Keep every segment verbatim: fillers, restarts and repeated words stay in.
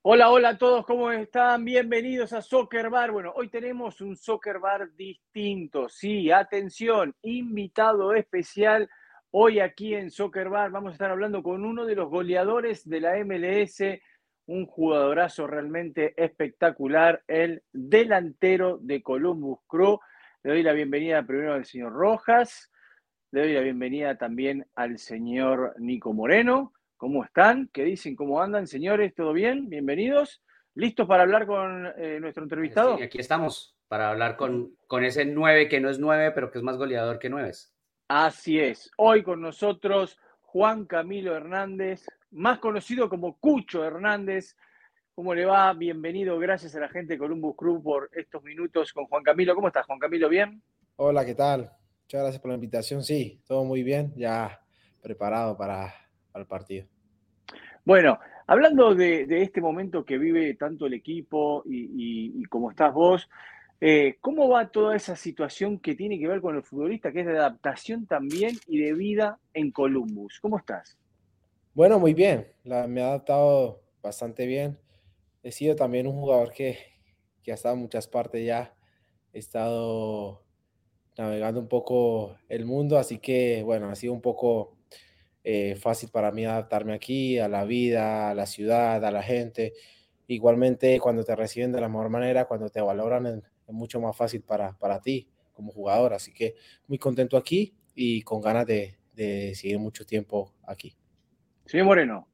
Hola, hola a todos, ¿cómo están? Bienvenidos a Soccer Bar. Bueno, hoy tenemos un Soccer Bar distinto. Sí, atención, invitado especial. Hoy aquí en Soccer Bar vamos a estar hablando con uno de los goleadores de la M L S, un jugadorazo realmente espectacular, el delantero de Columbus Crew. Le doy la bienvenida primero al señor Rojas, le doy la bienvenida también al señor Nico Moreno. ¿Cómo están? ¿Qué dicen? ¿Cómo andan, señores? ¿Todo bien? Bienvenidos. ¿Listos para hablar con eh, nuestro Sí, entrevistado? aquí estamos para hablar con, con ese nueve que no es nueve, pero que es más goleador que nueve. Así es. Hoy con nosotros Juan Camilo Hernández, más conocido como Cucho Hernández. ¿Cómo le va? Bienvenido. Gracias a la gente de Columbus Crew por estos minutos con Juan Camilo. ¿Cómo estás, Juan Camilo? ¿Bien? Hola, ¿qué tal? Muchas gracias por la invitación. Sí, todo muy bien, ya preparado para, para el partido. Bueno, hablando de, de este momento que vive tanto el equipo y, y, y como estás vos, eh, ¿cómo va toda esa situación que tiene que ver con el futbolista, que es de adaptación también y de vida en Columbus? ¿Cómo estás? Bueno, muy bien, la, me he adaptado bastante bien. He sido también un jugador que, que ha estado en muchas partes ya. He estado navegando un poco el mundo, así que bueno, ha sido un poco eh, fácil para mí adaptarme aquí, a la vida, a la ciudad, a la gente. Igualmente, cuando te reciben de la mejor manera, cuando te valoran, es, es mucho más fácil para, para ti como jugador. Así que muy contento aquí y con ganas de, de seguir mucho tiempo aquí. Señor Moreno.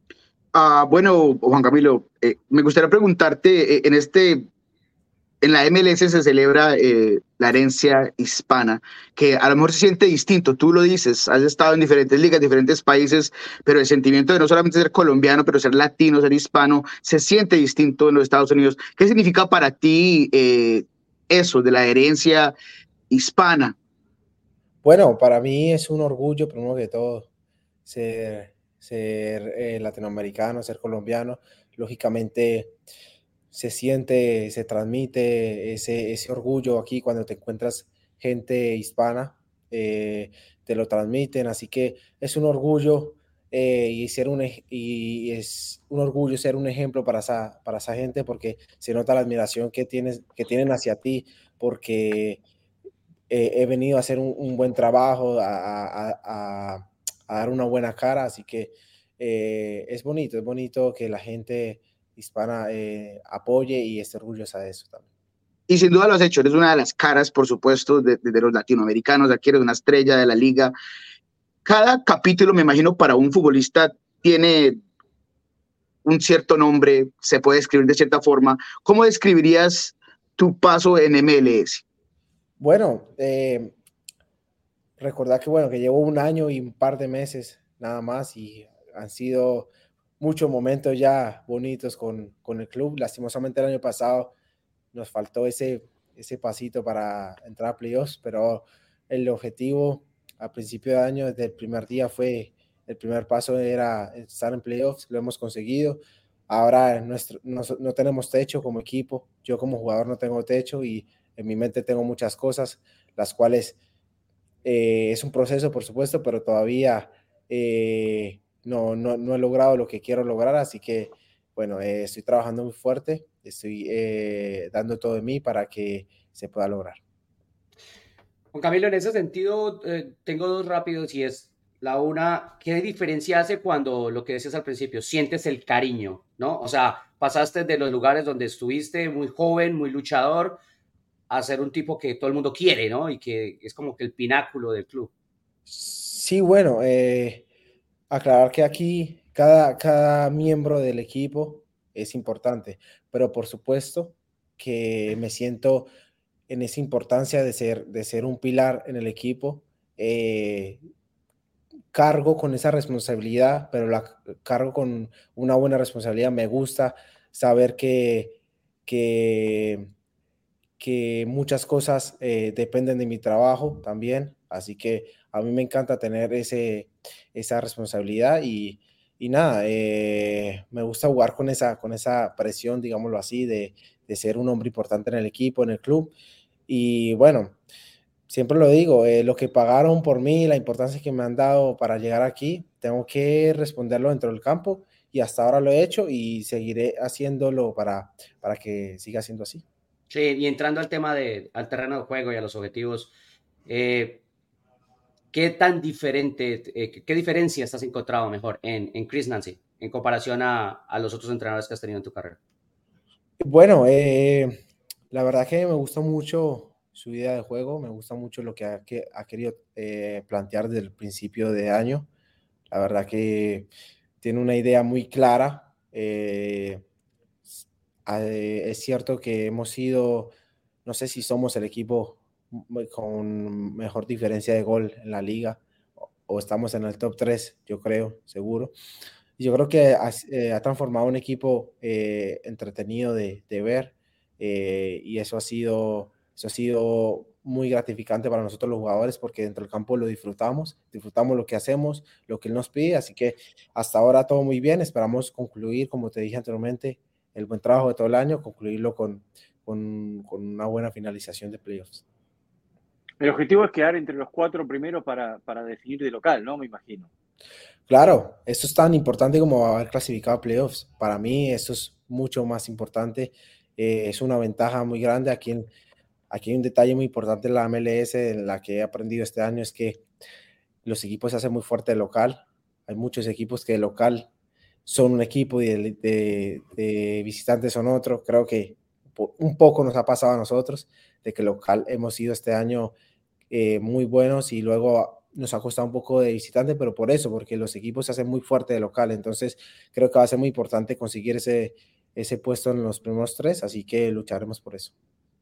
Ah, bueno, Juan Camilo, eh, me gustaría preguntarte, eh, en este, en la M L S se celebra eh, la herencia hispana, que a lo mejor se siente distinto, tú lo dices, has estado en diferentes ligas, diferentes países, pero el sentimiento de no solamente ser colombiano, pero ser latino, ser hispano, se siente distinto en los Estados Unidos. ¿Qué significa para ti eh, eso de la herencia hispana? Bueno, para mí es un orgullo, primero que todo, ser, ser eh, latinoamericano, ser colombiano. Lógicamente se siente, se transmite ese, ese orgullo aquí cuando te encuentras gente hispana, eh, te lo transmiten, así que es un orgullo eh, y, ser un, ej- y es un orgullo ser un ejemplo para esa, para esa gente porque se nota la admiración que, tienes, que tienen hacia ti, porque eh, he venido a hacer un, un buen trabajo, a, a, a, a, dar una buena cara, así que eh, es bonito, es bonito que la gente hispana eh, apoye y esté orgullosa de eso también. Y sin duda lo has hecho, eres una de las caras, por supuesto, de, de, de los latinoamericanos, aquí eres una estrella de la liga. Cada capítulo, me imagino, para un futbolista tiene un cierto nombre, se puede escribir de cierta forma. ¿Cómo describirías tu paso en M L S? Bueno, eh, recordar que bueno, que llevo un año y un par de meses nada más y han sido muchos momentos ya bonitos con, con el club. Lastimosamente el año pasado nos faltó ese, ese pasito para entrar a playoffs, pero el objetivo a principio de año, desde el primer día, fue el primer paso era estar en playoffs, lo hemos conseguido. Ahora nuestro, no, no tenemos techo como equipo, yo como jugador no tengo techo y en mi mente tengo muchas cosas, las cuales eh, es un proceso, por supuesto, pero todavía eh, no, no, no he logrado lo que quiero lograr, así que bueno, eh, estoy trabajando muy fuerte, estoy eh, dando todo de mí para que se pueda lograr. Juan Camilo, en ese sentido, eh, tengo dos rápidos y es la una, ¿qué diferencia hace cuando lo que decías al principio, sientes el cariño, ¿no? O sea, pasaste de los lugares donde estuviste muy joven, muy luchador, a ser un tipo que todo el mundo quiere, ¿no? Y que es como que el pináculo del club. Sí, bueno, eh, aclarar que aquí cada, cada miembro del equipo es importante, pero por supuesto que me siento en esa importancia de ser, de ser un pilar en el equipo. Eh, cargo con esa responsabilidad, pero la cargo con una buena responsabilidad. Me gusta saber que, que, que muchas cosas eh, dependen de mi trabajo también, así que a mí me encanta tener ese, esa responsabilidad y, y nada, eh, me gusta jugar con esa, con esa presión, digámoslo así, de, de ser un hombre importante en el equipo, en el club. Y bueno, siempre lo digo, eh, lo que pagaron por mí, la importancia que me han dado para llegar aquí, tengo que responderlo dentro del campo y hasta ahora lo he hecho y seguiré haciéndolo para, para que siga siendo así. Sí, y entrando al tema de, al terreno de juego y a los objetivos, eh, ¿qué tan diferente, eh, qué, qué diferencias has encontrado mejor en, en Chris Nancy en comparación a, a los otros entrenadores que has tenido en tu carrera? Bueno, eh, la verdad que me gusta mucho su idea de juego, me gusta mucho lo que ha, que ha querido eh, plantear desde el principio de año. La verdad que tiene una idea muy clara. Eh, es cierto que hemos sido, no sé si somos el equipo con mejor diferencia de gol en la liga o, o estamos en el top tres, yo creo, seguro. Yo creo que ha, eh, ha transformado un equipo eh, entretenido de, de ver eh, y eso ha sido, eso ha sido muy gratificante para nosotros los jugadores porque dentro del campo lo disfrutamos, disfrutamos lo que hacemos, lo que él nos pide, así que hasta ahora todo muy bien, esperamos concluir, como te dije anteriormente, el buen trabajo de todo el año, concluirlo con, con, con una buena finalización de playoffs. El objetivo es quedar entre los cuatro primeros para, para definir de local, ¿no? Me imagino. Claro, esto es tan importante como haber clasificado a playoffs. Para mí eso es mucho más importante. Eh, es una ventaja muy grande. Aquí, en, aquí hay un detalle muy importante en la M L S, en la que he aprendido este año, es que los equipos se hacen muy fuerte de local. Hay muchos equipos que de local son un equipo y de, de, de visitantes son otro. Creo que un poco nos ha pasado a nosotros, de que local hemos sido este año eh, muy buenos y luego nos ha costado un poco de visitante, pero por eso, porque los equipos se hacen muy fuerte de local, entonces creo que va a ser muy importante conseguir ese, ese puesto en los primeros tres, así que lucharemos por eso.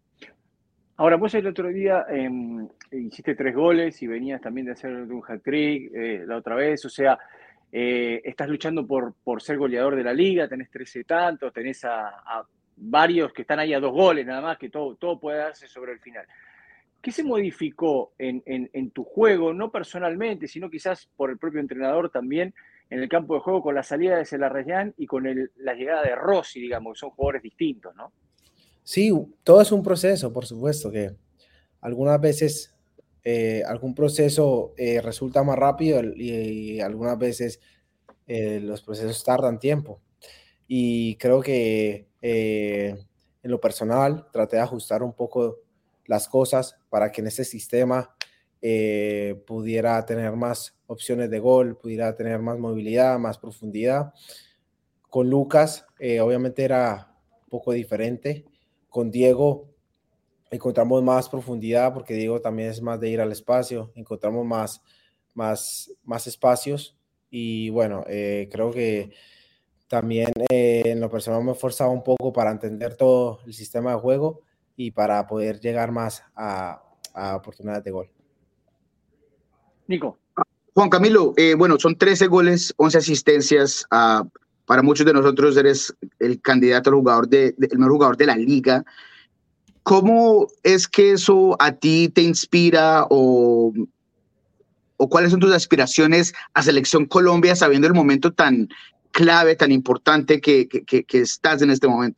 Ahora, vos el otro día eh, hiciste tres goles y venías también de hacer un hat-trick eh, la otra vez, o sea, eh, estás luchando por, por ser goleador de la liga, tenés trece tantos, tenés a, a varios que están ahí a dos goles nada más, que todo, todo puede darse sobre el final. ¿Qué se modificó en, en, en tu juego, no personalmente, sino quizás por el propio entrenador también, en el campo de juego con la salida de Celarrayán y con el, la llegada de Rossi, digamos, que son jugadores distintos, ¿no? Sí, todo es un proceso, por supuesto, que algunas veces eh, algún proceso eh, resulta más rápido y, y algunas veces eh, los procesos tardan tiempo. Y creo que eh, en lo personal traté de ajustar un poco las cosas para que en este sistema eh, pudiera tener más opciones de gol, pudiera tener más movilidad, más profundidad. Con Lucas eh, obviamente era un poco diferente. Con Diego encontramos más profundidad porque Diego también es más de ir al espacio, encontramos más, más, más espacios y bueno, eh, creo que también eh, en lo personal me he esforzado un poco para entender todo el sistema de juego y para poder llegar más a, a oportunidades de gol. Nico. Juan Camilo, eh, bueno, son trece goles, once asistencias. Uh, para muchos de nosotros eres el candidato al jugador de, de, el mejor jugador de la liga. ¿Cómo es que eso a ti te inspira o, o cuáles son tus aspiraciones a Selección Colombia sabiendo el momento tan clave, tan importante que, que, que estás en este momento?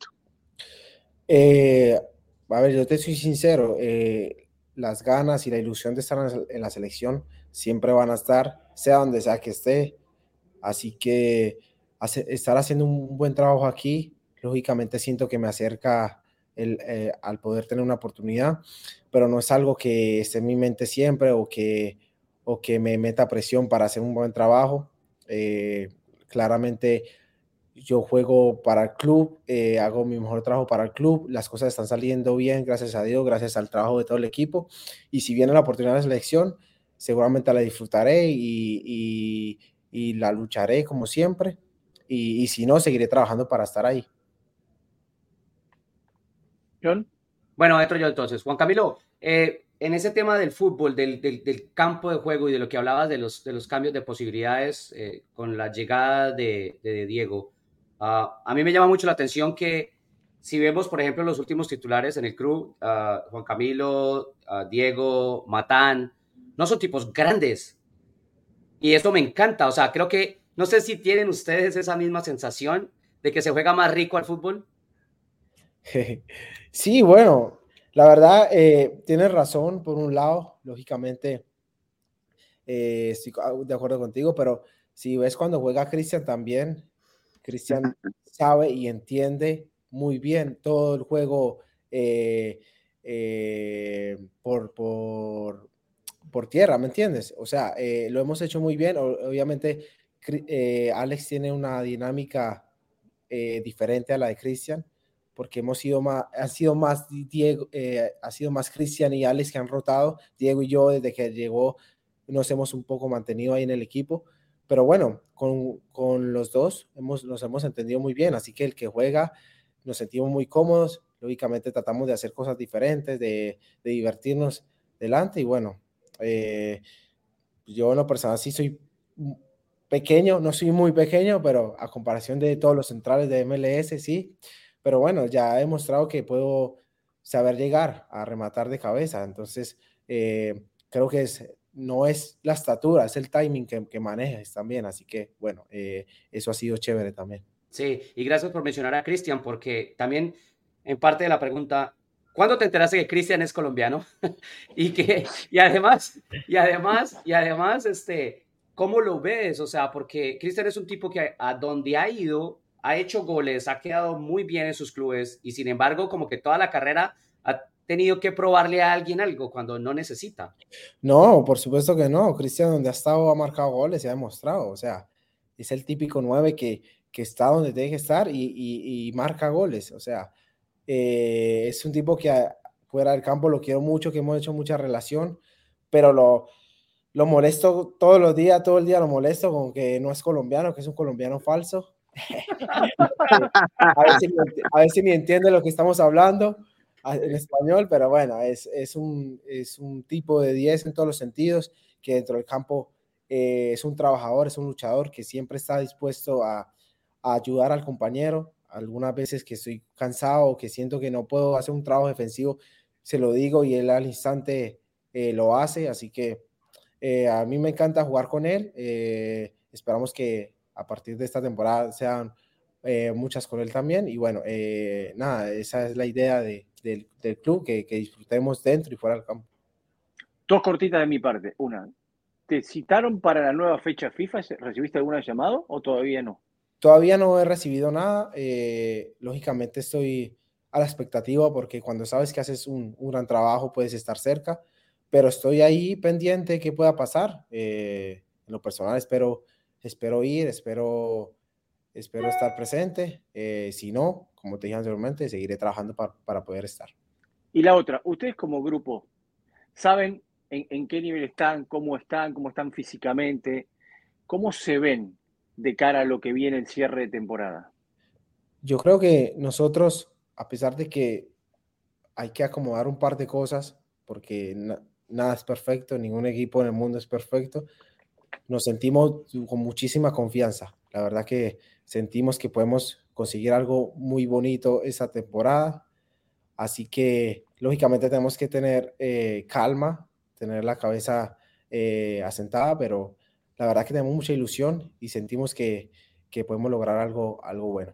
Eh, a ver, yo te soy sincero, eh, las ganas y la ilusión de estar en la selección siempre van a estar, sea donde sea que esté, así que hace, estar haciendo un buen trabajo aquí, lógicamente siento que me acerca el, eh, al poder tener una oportunidad, pero no es algo que esté en mi mente siempre o que, o que me meta presión para hacer un buen trabajo. Eh, claramente yo juego para el club, eh, hago mi mejor trabajo para el club, las cosas están saliendo bien, gracias a Dios, gracias al trabajo de todo el equipo, y si viene la oportunidad de selección, seguramente la disfrutaré y, y, y la lucharé como siempre, y, y si no, seguiré trabajando para estar ahí. John. Bueno, entro yo entonces. Juan Camilo, eh, en ese tema del fútbol, del, del, del, campo de juego y de lo que hablabas de los, de los cambios de posibilidades eh, con la llegada de, de, de Diego, uh, a mí me llama mucho la atención que si vemos, por ejemplo, los últimos titulares en el club, uh, Juan Camilo, uh, Diego, Matán, no son tipos grandes. Y esto me encanta. O sea, creo que, no sé si tienen ustedes esa misma sensación de que se juega más rico al fútbol. Sí, bueno, la verdad, eh, tienes razón por un lado, lógicamente eh, estoy de acuerdo contigo, pero si ves cuando juega Cristian también, Cristian sabe y entiende muy bien todo el juego eh, eh, por, por, por tierra, ¿me entiendes? O sea, eh, lo hemos hecho muy bien. O, obviamente, eh, Alex tiene una dinámica eh, diferente a la de Cristian, porque hemos sido más, ha sido más Diego, eh, ha sido más Cristian y Alex que han rotado. Diego y yo, desde que llegó, nos hemos un poco mantenido ahí en el equipo. Pero bueno, con, con los dos hemos, nos hemos entendido muy bien, así que el que juega nos sentimos muy cómodos. Lógicamente tratamos de hacer cosas diferentes, de, de divertirnos delante y bueno, eh, yo en lo personal sí soy pequeño, no soy muy pequeño, pero a comparación de todos los centrales de M L S, sí. Pero bueno, ya he demostrado que puedo saber llegar a rematar de cabeza. Entonces, eh, creo que es, no es la estatura, es el timing que, que manejas también. Así que, bueno, eh, eso ha sido chévere también. Sí, y gracias por mencionar a Cristian, porque también en parte de la pregunta, ¿cuándo te enteraste que Cristian es colombiano? y que, y además, y además, y además, este, ¿cómo lo ves? O sea, porque Cristian es un tipo que a donde ha ido, ha hecho goles, ha quedado muy bien en sus clubes, y sin embargo, como que toda la carrera ha tenido que probarle a alguien algo cuando no necesita. No, por supuesto que no. Cristian, donde ha estado, ha marcado goles y ha demostrado. O sea, es el típico nueve que, que está donde tiene que estar y, y, y marca goles. O sea, eh, es un tipo que a, fuera del campo lo quiero mucho, que hemos hecho mucha relación, pero lo, lo molesto todos los días, todo el día lo molesto con que no es colombiano, que es un colombiano falso. a, ver si, a ver si ni entiende lo que estamos hablando en español, pero bueno, es, es, un, es un tipo de diez en todos los sentidos, que dentro del campo eh, es un trabajador, es un luchador que siempre está dispuesto a, a ayudar al compañero. Algunas veces que estoy cansado o que siento que no puedo hacer un trabajo defensivo, se lo digo y él al instante eh, lo hace, así que eh, a mí me encanta jugar con él. Eh, esperamos que a partir de esta temporada sean eh, muchas con él también y bueno, eh, nada, esa es la idea de, de, del club, que, que disfrutemos dentro y fuera del campo. Dos cortitas de mi parte. Una, ¿te citaron para la nueva fecha FIFA? ¿Recibiste alguna llamado o todavía no? Todavía no he recibido nada. Eh, lógicamente estoy a la expectativa porque cuando sabes que haces un, un gran trabajo puedes estar cerca, pero estoy ahí pendiente de qué pueda pasar. Eh, en lo personal espero, espero ir, espero, espero estar presente. Eh, si no, como te dije anteriormente, seguiré trabajando para, para poder estar. Y la otra, ustedes como grupo, ¿saben en, en qué nivel están, cómo están, cómo están físicamente, cómo se ven de cara a lo que viene el cierre de temporada? Yo creo que nosotros, a pesar de que hay que acomodar un par de cosas, porque na, nada es perfecto, ningún equipo en el mundo es perfecto, nos sentimos con muchísima confianza. La verdad que sentimos que podemos conseguir algo muy bonito esa temporada, así que lógicamente tenemos que tener eh, calma, tener la cabeza eh, asentada, pero la verdad que tenemos mucha ilusión y sentimos que, que podemos lograr algo, algo bueno.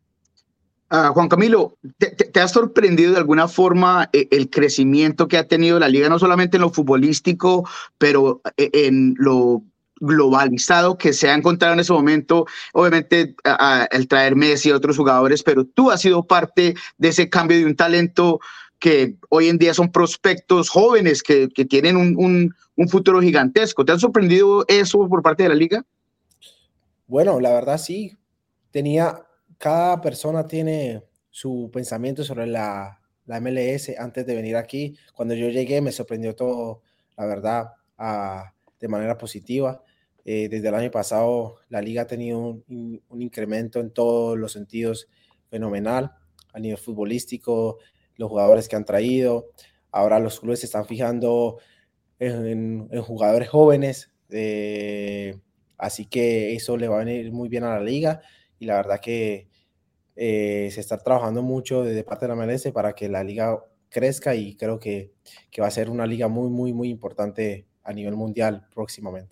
Uh, Juan Camilo, ¿te, te, te ha sorprendido de alguna forma eh, el crecimiento que ha tenido la liga, no solamente en lo futbolístico, pero eh, en lo globalizado que se ha encontrado en ese momento? Obviamente uh, el traer Messi y otros jugadores, pero tú has sido parte de ese cambio de un talento que hoy en día son prospectos jóvenes que, que tienen un, un, un futuro gigantesco. ¿Te ha sorprendido eso por parte de la liga? Bueno, la verdad sí. Tenía... Cada persona tiene su pensamiento sobre la, la M L S antes de venir aquí. Cuando yo llegué me sorprendió todo, la verdad, a, de manera positiva. Eh, desde el año pasado la liga ha tenido un, un incremento en todos los sentidos fenomenal, a nivel futbolístico, los jugadores que han traído. Ahora los clubes se están fijando en, en, en jugadores jóvenes, eh, así que eso le va a venir muy bien a la liga. Y la verdad que eh, se está trabajando mucho desde parte de la M L S para que la liga crezca y creo que, que va a ser una liga muy, muy, muy importante a nivel mundial próximamente.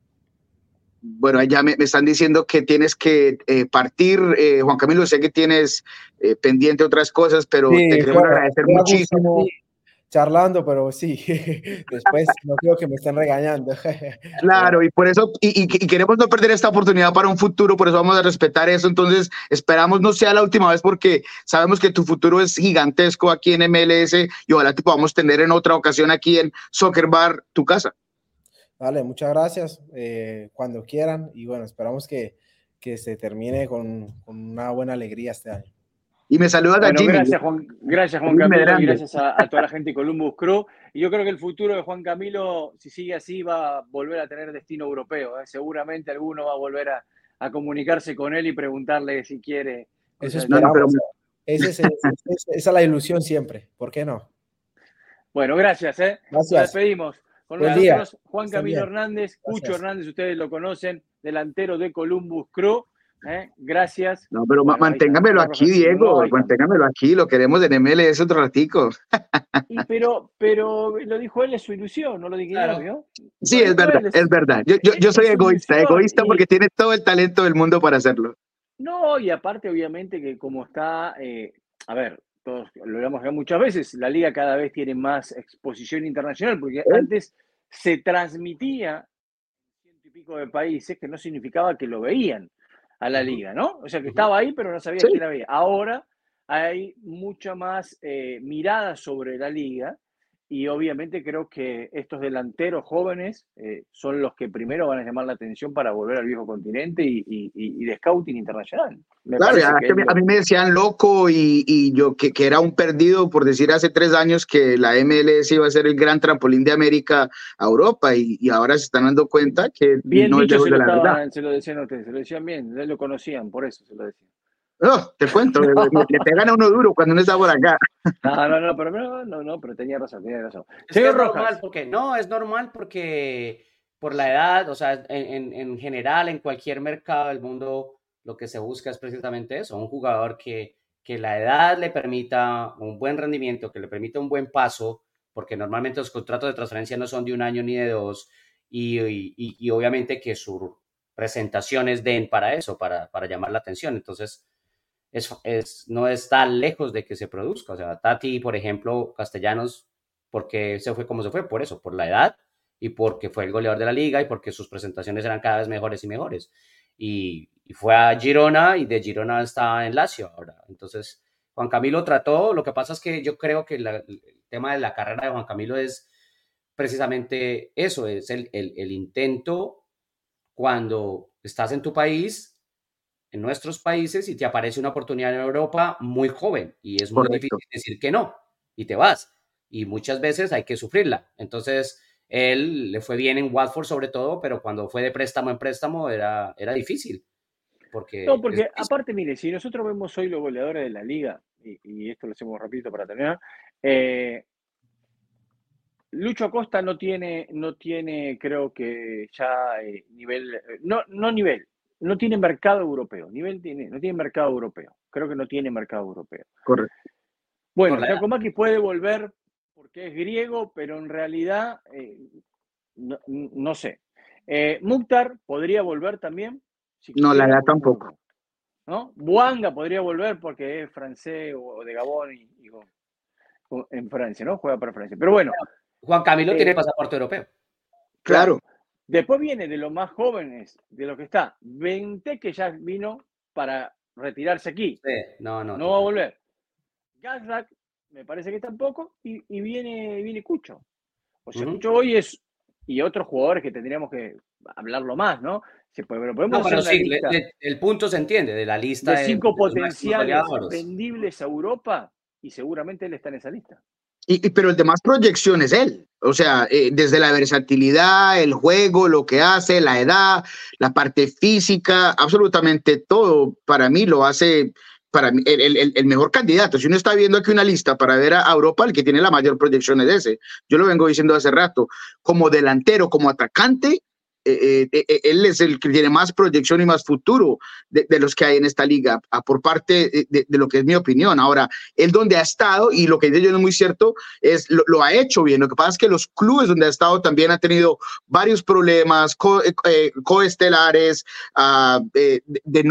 Bueno, ya me, me están diciendo que tienes que eh, partir. Eh, Juan Camilo, sé que tienes eh, pendiente otras cosas, pero sí, te queremos bueno, agradecer muchísimo. charlando, pero sí, después no creo que me estén regañando. Claro, y por eso, y, y, y queremos no perder esta oportunidad para un futuro, por eso vamos a respetar eso. Entonces, esperamos no sea la última vez, porque sabemos que tu futuro es gigantesco aquí en M L S y ojalá te podamos tener en otra ocasión aquí en Soccer Bar, tu casa. Vale, muchas gracias, eh, cuando quieran, y bueno, esperamos que, que se termine con, con una buena alegría este año. Y me saludas bueno, a Jimmy. Gracias, Juan, gracias, Juan Camilo, y gracias a, a toda la gente de Columbus Crew. Y yo creo que el futuro de Juan Camilo, si sigue así, va a volver a tener destino europeo. ¿eh? Seguramente alguno va a volver a, a comunicarse con él y preguntarle si quiere. Eso esperamos. No, no, pero... ese es, ese es, esa es la ilusión siempre. ¿Por qué no? Bueno, gracias. ¿eh? Gracias. Nos despedimos. Con Buen nosotros, día. Juan Camilo Hernández, Cucho Hernández, ustedes lo conocen, delantero de Columbus Crew. ¿Eh? Gracias. No, pero bueno, manténgamelo aquí, Diego, no, manténgamelo aquí, lo queremos en M L S otro ratico. Y pero, pero lo dijo él, es su ilusión, no lo dije claro. yo, ¿no? Sí, es verdad, él, es verdad. Yo, yo, yo soy egoísta, egoísta y... porque tiene todo el talento del mundo para hacerlo. No, y aparte, obviamente, que como está, eh, a ver, todos lo hemos hablado muchas veces, la liga cada vez tiene más exposición internacional, porque ¿Eh? antes se transmitía en ciento y pico de países, que no significaba que lo veían a la liga, ¿no? O sea, que estaba ahí, pero no sabía sí. quién la veía. Ahora hay mucha más eh, mirada sobre la liga y obviamente creo que estos delanteros jóvenes eh, son los que primero van a llamar la atención para volver al viejo continente y, y, y de scouting internacional. Me claro, ya, que a mí me decían loco y, y yo que, que era un perdido por decir hace tres años que la M L S iba a ser el gran trampolín de América a Europa y, y ahora se están dando cuenta que bien no dicho, es se, de lo la estaban, verdad. Se lo decían ustedes, se lo decían bien, ya lo conocían, por eso se lo decían. No, te cuento, le, le pegan a uno duro cuando uno está por acá. No, no, no, pero no, no, no, pero tenía razón, tenía razón. Es Señor que es Rojas. Normal porque, no, es normal porque por la edad, o sea, en, en, en general, en cualquier mercado del mundo, lo que se busca es precisamente eso, un jugador que, que la edad le permita un buen rendimiento, que le permita un buen paso, porque normalmente los contratos de transferencia no son de un año ni de dos, y, y, y obviamente que sus presentaciones den para eso, para, para llamar la atención. Entonces, Es, es, no está lejos de que se produzca. O sea, Tati, por ejemplo, Castellanos, porque se fue como se fue, por eso, por la edad y porque fue el goleador de la liga y porque sus presentaciones eran cada vez mejores y mejores. Y, y fue a Girona y de Girona está en Lazio ahora. Entonces, Juan Camilo trató, lo que pasa es que yo creo que la, el tema de la carrera de Juan Camilo es precisamente eso, es el, el, el intento cuando estás en tu país, en nuestros países, y te aparece una oportunidad en Europa muy joven y es muy Correcto. difícil decir que no y te vas y muchas veces hay que sufrirla. Entonces él le fue bien en Watford sobre todo, pero cuando fue de préstamo en préstamo era, era difícil porque no, porque aparte, mire, si nosotros vemos hoy los goleadores de la liga y, y esto lo hacemos rapidito para terminar, eh, Lucho Acosta no tiene, no tiene creo que ya eh, nivel, no, no nivel no tiene mercado europeo, nivel tiene, no tiene mercado europeo, creo que no tiene mercado europeo. Correcto. Bueno, Giacomakis puede volver porque es griego, pero en realidad eh, no, no sé. Eh, Mukhtar podría volver también. Si no, la edad tampoco. ¿No? Bouanga podría volver porque es francés o de Gabón y, y o, en Francia, ¿no? Juega para Francia. Pero bueno. Juan Camilo eh, tiene pasaporte europeo. Claro. Después viene de los más jóvenes, de los que está, Bente, que ya vino para retirarse aquí. Sí, no, no. No va a volver. Gazrak, me parece que tampoco, y, y viene, viene Cucho. O sea, uh-huh. Cucho hoy es, y otros jugadores que tendríamos que hablarlo más, ¿no? Se puede, pero podemos no, pero sí, le, le, el punto se entiende, de la lista de cinco de, potenciales vendibles a Europa, y seguramente él está en esa lista. Y, y, pero el de más proyección es él, o sea, eh, desde la versatilidad, el juego, lo que hace, la edad, la parte física, absolutamente todo para mí lo hace para mí el, el, el mejor candidato. Si uno está viendo aquí una lista para ver a Europa, el que tiene la mayor proyección es ese. Yo lo vengo diciendo hace rato, como delantero, como atacante, Eh, eh, eh, él es el que tiene más proyección y más futuro de, de los que hay en esta liga, a, por parte de, de lo que es mi opinión. Ahora, él donde ha estado, y lo que dice yo no es muy cierto, es lo, lo ha hecho bien. Lo que pasa es que los clubes donde ha estado también ha tenido varios problemas co, eh, coestelares, uh, eh, de, de no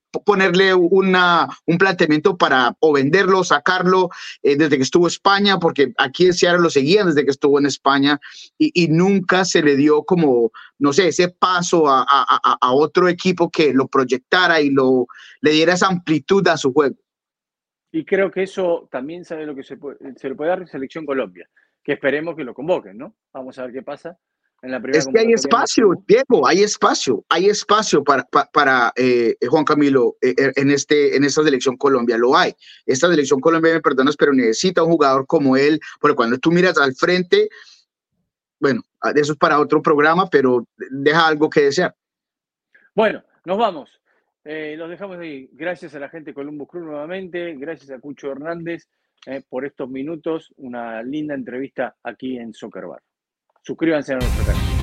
ponerle una, un planteamiento para o venderlo, sacarlo eh, desde que estuvo en España, porque aquí en Seattle lo seguían desde que estuvo en España y, y nunca se le dio como, no sé, ese paso a, a, a otro equipo que lo proyectara y lo, le diera esa amplitud a su juego. Y creo que eso también sabe lo que se, puede, se le puede dar a Selección Colombia, que esperemos que lo convoquen, ¿no? Vamos a ver qué pasa. En la primera es que hay espacio, Diego, hay espacio, hay espacio para, para, para eh, Juan Camilo eh, en, este, en esta selección Colombia, lo hay. Esta selección Colombia, me perdonas, pero necesita un jugador como él, porque cuando tú miras al frente, bueno, eso es para otro programa, pero deja algo que desear. Bueno, nos vamos. Eh, los dejamos ahí. Gracias a la gente de Columbus Crew nuevamente, gracias a Cucho Hernández eh, por estos minutos, una linda entrevista aquí en Soccer Bar. Suscríbanse a nuestro canal.